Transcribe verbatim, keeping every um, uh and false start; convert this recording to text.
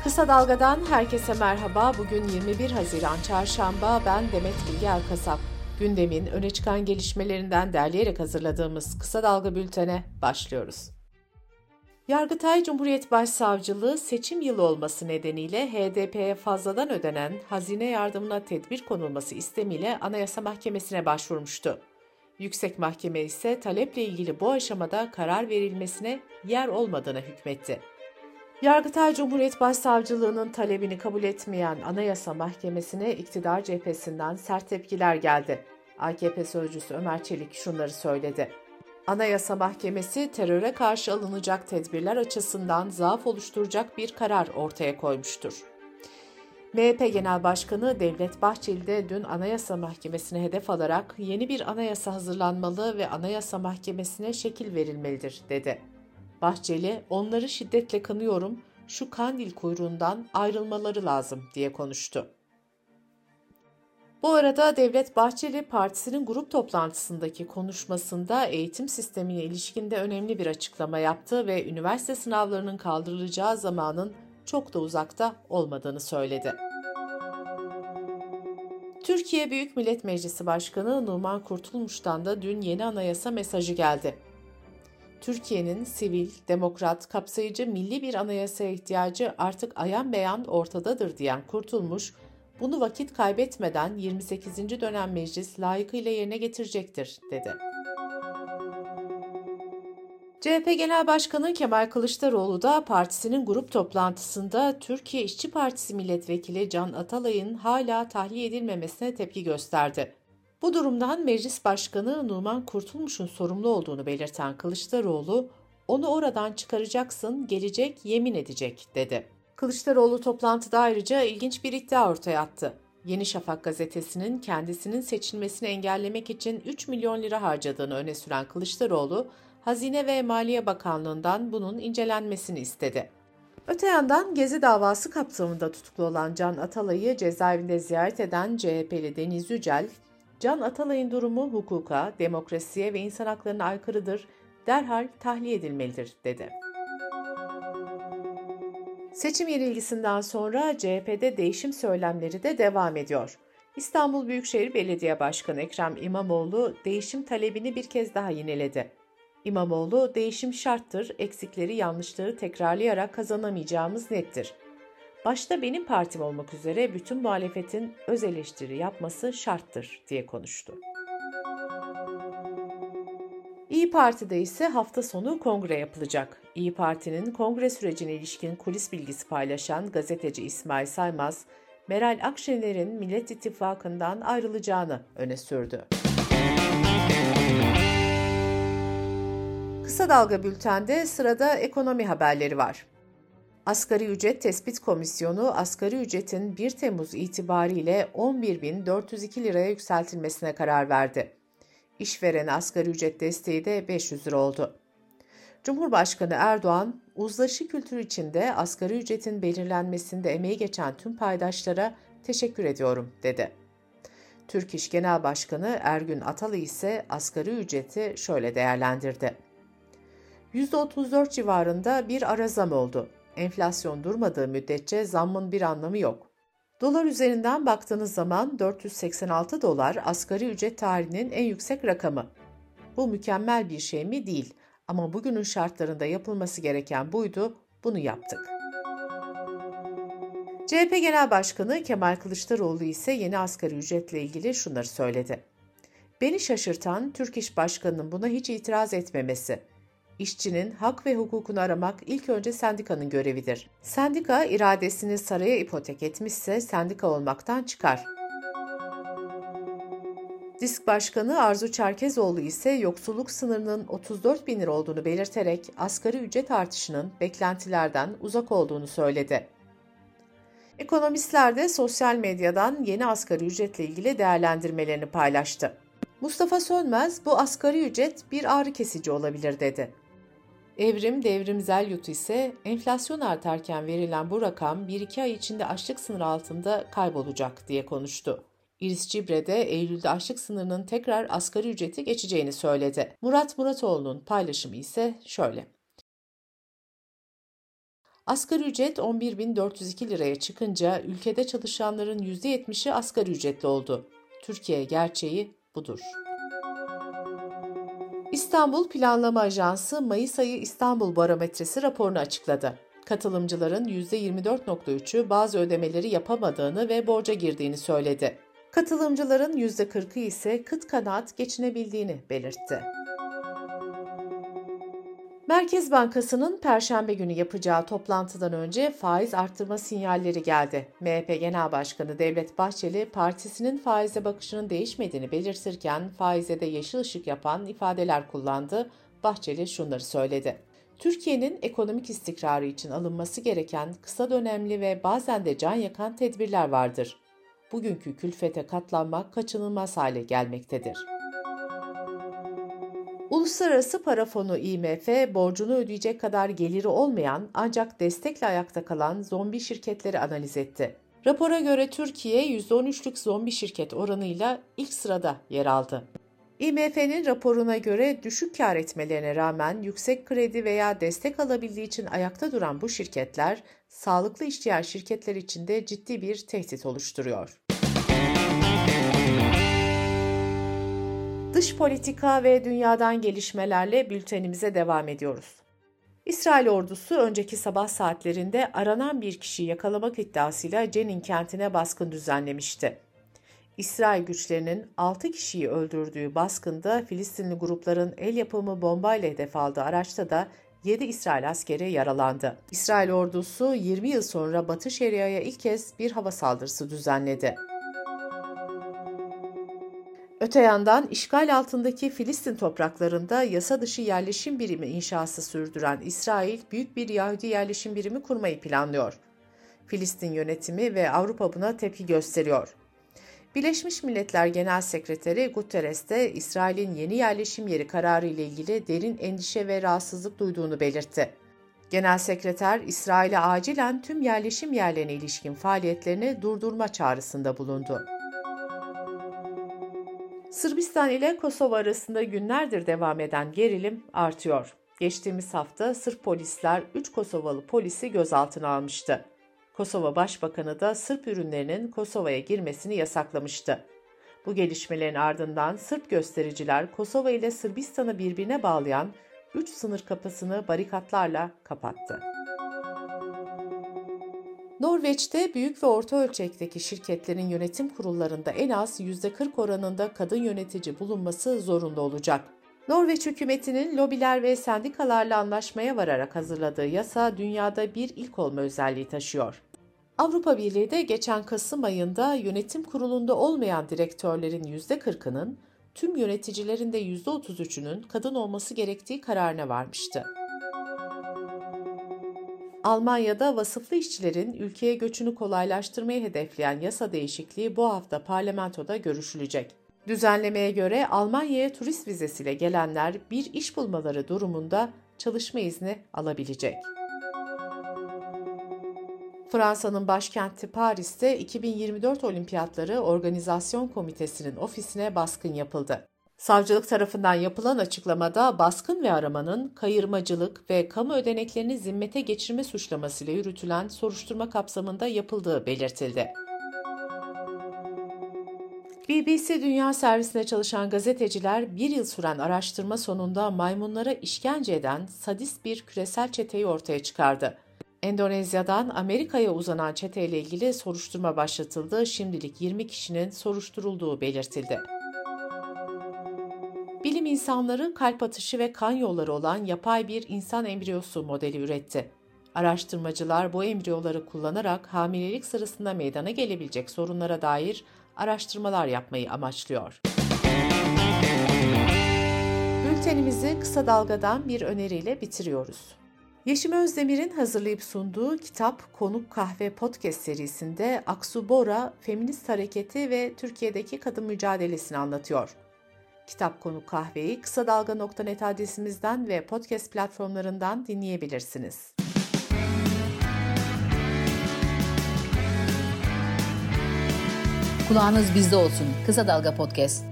Kısa Dalga'dan herkese merhaba. Bugün yirmi bir Haziran Çarşamba. Ben Demet Bilge Erkasap. Gündemin öne çıkan gelişmelerinden derleyerek hazırladığımız Kısa Dalga bültene başlıyoruz. Yargıtay Cumhuriyet Başsavcılığı seçim yılı olması nedeniyle H D P'ye fazladan ödenen hazine yardımına tedbir konulması istemiyle Anayasa Mahkemesi'ne başvurmuştu. Yüksek Mahkeme ise taleple ilgili bu aşamada karar verilmesine yer olmadığına hükmetti. Yargıtay Cumhuriyet Başsavcılığı'nın talebini kabul etmeyen Anayasa Mahkemesi'ne iktidar cephesinden sert tepkiler geldi. A K P sözcüsü Ömer Çelik şunları söyledi. Anayasa Mahkemesi teröre karşı alınacak tedbirler açısından zaaf oluşturacak bir karar ortaya koymuştur. M H P Genel Başkanı Devlet Bahçeli de dün Anayasa Mahkemesi'ne hedef alarak yeni bir anayasa hazırlanmalı ve Anayasa Mahkemesi'ne şekil verilmelidir dedi. Bahçeli, onları şiddetle kınıyorum, şu Kandil kuyruğundan ayrılmaları lazım diye konuştu. Bu arada Devlet Bahçeli partisinin grup toplantısındaki konuşmasında eğitim sistemine ilişkinde önemli bir açıklama yaptı ve üniversite sınavlarının kaldırılacağı zamanın çok da uzakta olmadığını söyledi. Türkiye Büyük Millet Meclisi Başkanı Numan Kurtulmuş'tan da dün yeni anayasa mesajı geldi. Türkiye'nin sivil, demokrat, kapsayıcı milli bir anayasaya ihtiyacı artık ayan beyan ortadadır diyen Kurtulmuş, bunu vakit kaybetmeden yirmi sekizinci dönem meclis layıkıyla yerine getirecektir, dedi. C H P Genel Başkanı Kemal Kılıçdaroğlu da partisinin grup toplantısında Türkiye İşçi Partisi Milletvekili Can Atalay'ın hala tahliye edilmemesine tepki gösterdi. Bu durumdan Meclis Başkanı Numan Kurtulmuş'un sorumlu olduğunu belirten Kılıçdaroğlu, onu oradan çıkaracaksın, gelecek, yemin edecek, dedi. Kılıçdaroğlu toplantıda ayrıca ilginç bir iddia ortaya attı. Yeni Şafak gazetesinin kendisinin seçilmesini engellemek için üç milyon lira harcadığını öne süren Kılıçdaroğlu, Hazine ve Maliye Bakanlığı'ndan bunun incelenmesini istedi. Öte yandan Gezi davası kapsamında tutuklu olan Can Atalay'ı cezaevinde ziyaret eden C H P'li Deniz Yücel, Can Atalay'ın durumu hukuka, demokrasiye ve insan haklarına aykırıdır, derhal tahliye edilmelidir, dedi. Seçim yenilgisinden sonra C H P'de değişim söylemleri de devam ediyor. İstanbul Büyükşehir Belediye Başkanı Ekrem İmamoğlu değişim talebini bir kez daha yineledi. İmamoğlu, değişim şarttır, eksikleri yanlışları tekrarlayarak kazanamayacağımız nettir. Başta benim partim olmak üzere bütün muhalefetin öz eleştiri yapması şarttır diye konuştu. İYİ Parti'de ise hafta sonu kongre yapılacak. İYİ Parti'nin kongre sürecine ilişkin kulis bilgisi paylaşan gazeteci İsmail Saymaz, Meral Akşener'in Millet İttifakı'ndan ayrılacağını öne sürdü. Kısa Dalga Bülten'de sırada ekonomi haberleri var. Asgari Ücret Tespit Komisyonu, asgari ücretin bir Temmuz itibariyle on bir bin dört yüz iki liraya yükseltilmesine karar verdi. İşverene asgari ücret desteği de beş yüz lira oldu. Cumhurbaşkanı Erdoğan, uzlaşı kültürü içinde asgari ücretin belirlenmesinde emeği geçen tüm paydaşlara teşekkür ediyorum, dedi. Türk İş Genel Başkanı Ergün Atalı ise asgari ücreti şöyle değerlendirdi. yüzde otuz dört civarında bir ara zam oldu. Enflasyon durmadığı müddetçe zammın bir anlamı yok. Dolar üzerinden baktığınız zaman dört yüz seksen altı dolar asgari ücret tarihinin en yüksek rakamı. Bu mükemmel bir şey mi? Değil. Ama bugünün şartlarında yapılması gereken buydu, bunu yaptık. C H P Genel Başkanı Kemal Kılıçdaroğlu ise yeni asgari ücretle ilgili şunları söyledi. Beni şaşırtan Türk İş Başkanı'nın buna hiç itiraz etmemesi. İşçinin hak ve hukukunu aramak ilk önce sendikanın görevidir. Sendika iradesini saraya ipotek etmişse sendika olmaktan çıkar. DİSK Başkanı Arzu Çerkezoğlu ise yoksulluk sınırının otuz dört bin lira olduğunu belirterek asgari ücret artışının beklentilerden uzak olduğunu söyledi. Ekonomistler de sosyal medyadan yeni asgari ücretle ilgili değerlendirmelerini paylaştı. Mustafa Sönmez, bu asgari ücret bir ağrı kesici olabilir, dedi. Evrim Devrim Zelyut ise enflasyon artarken verilen bu rakam bir iki ay içinde açlık sınırı altında kaybolacak diye konuştu. İris Cibre de Eylül'de açlık sınırının tekrar asgari ücreti geçeceğini söyledi. Murat Muratoğlu'nun paylaşımı ise şöyle. Asgari ücret on bir bin dört yüz iki liraya çıkınca ülkede çalışanların yüzde yetmişi asgari ücretli oldu. Türkiye gerçeği budur. İstanbul Planlama Ajansı Mayıs ayı İstanbul Barometresi raporunu açıkladı. Katılımcıların yüzde yirmi dört virgül üçü bazı ödemeleri yapamadığını ve borca girdiğini söyledi. Katılımcıların yüzde kırkı ise kıt kanaat geçinebildiğini belirtti. Merkez Bankası'nın Perşembe günü yapacağı toplantıdan önce faiz arttırma sinyalleri geldi. M H P Genel Başkanı Devlet Bahçeli, partisinin faize bakışının değişmediğini belirtirken faize de yeşil ışık yapan ifadeler kullandı. Bahçeli şunları söyledi. Türkiye'nin ekonomik istikrarı için alınması gereken kısa dönemli ve bazen de can yakan tedbirler vardır. Bugünkü külfete katlanmak kaçınılmaz hale gelmektedir. Uluslararası Para Fonu I M F, borcunu ödeyecek kadar geliri olmayan ancak destekle ayakta kalan zombi şirketleri analiz etti. Rapora göre Türkiye yüzde on üçlük zombi şirket oranıyla ilk sırada yer aldı. I M F'nin raporuna göre düşük kar etmelerine rağmen yüksek kredi veya destek alabildiği için ayakta duran bu şirketler, sağlıklı işleyen şirketler için de ciddi bir tehdit oluşturuyor. Dış politika ve dünyadan gelişmelerle bültenimize devam ediyoruz. İsrail ordusu önceki sabah saatlerinde aranan bir kişiyi yakalamak iddiasıyla Cenin kentine baskın düzenlemişti. İsrail güçlerinin altı kişiyi öldürdüğü baskında Filistinli grupların el yapımı bombayla hedef aldığı araçta da yedi İsrail askeri yaralandı. İsrail ordusu yirmi yıl sonra Batı Şeria'ya ilk kez bir hava saldırısı düzenledi. Öte yandan işgal altındaki Filistin topraklarında yasa dışı yerleşim birimi inşası sürdüren İsrail, büyük bir Yahudi yerleşim birimi kurmayı planlıyor. Filistin yönetimi ve Avrupa buna tepki gösteriyor. Birleşmiş Milletler Genel Sekreteri Guterres de İsrail'in yeni yerleşim yeri kararı ile ilgili derin endişe ve rahatsızlık duyduğunu belirtti. Genel Sekreter, İsrail'e acilen tüm yerleşim yerlerine ilişkin faaliyetlerini durdurma çağrısında bulundu. Sırbistan ile Kosova arasında günlerdir devam eden gerilim artıyor. Geçtiğimiz hafta Sırp polisler üç Kosovalı polisi gözaltına almıştı. Kosova Başbakanı da Sırp ürünlerinin Kosova'ya girmesini yasaklamıştı. Bu gelişmelerin ardından Sırp göstericiler Kosova ile Sırbistan'ı birbirine bağlayan üç sınır kapısını barikatlarla kapattı. Norveç'te büyük ve orta ölçekteki şirketlerin yönetim kurullarında en az yüzde kırk oranında kadın yönetici bulunması zorunlu olacak. Norveç hükümetinin lobiler ve sendikalarla anlaşmaya vararak hazırladığı yasa dünyada bir ilk olma özelliği taşıyor. Avrupa Birliği de geçen Kasım ayında yönetim kurulunda olmayan direktörlerin yüzde kırkının, tüm yöneticilerin de yüzde otuz üçünün kadın olması gerektiği kararına varmıştı. Almanya'da vasıflı işçilerin ülkeye göçünü kolaylaştırmayı hedefleyen yasa değişikliği bu hafta parlamentoda görüşülecek. Düzenlemeye göre Almanya'ya turist vizesiyle gelenler bir iş bulmaları durumunda çalışma izni alabilecek. Fransa'nın başkenti Paris'te iki bin yirmi dört Olimpiyatları Organizasyon Komitesi'nin ofisine baskın yapıldı. Savcılık tarafından yapılan açıklamada baskın ve aramanın kayırmacılık ve kamu ödeneklerini zimmete geçirme suçlamasıyla yürütülen soruşturma kapsamında yapıldığı belirtildi. B B C Dünya Servisi'ne çalışan gazeteciler bir yıl süren araştırma sonunda maymunlara işkence eden sadist bir küresel çeteyi ortaya çıkardı. Endonezya'dan Amerika'ya uzanan çeteyle ilgili soruşturma başlatıldı. Şimdilik yirmi kişinin soruşturulduğu belirtildi. Bilim insanları kalp atışı ve kan yolları olan yapay bir insan embriyosu modeli üretti. Araştırmacılar bu embriyoları kullanarak hamilelik sırasında meydana gelebilecek sorunlara dair araştırmalar yapmayı amaçlıyor. Bültenimizi kısa dalgadan bir öneriyle bitiriyoruz. Yeşim Özdemir'in hazırlayıp sunduğu Kitap, Konuk, Kahve podcast serisinde Aksu Bora, feminist hareketi ve Türkiye'deki kadın mücadelesini anlatıyor. Kitap, Konuk, Kahve'yi kısa dalga nokta net adresimizden ve podcast platformlarından dinleyebilirsiniz. Kulağınız bizde olsun. Kısa Dalga Podcast.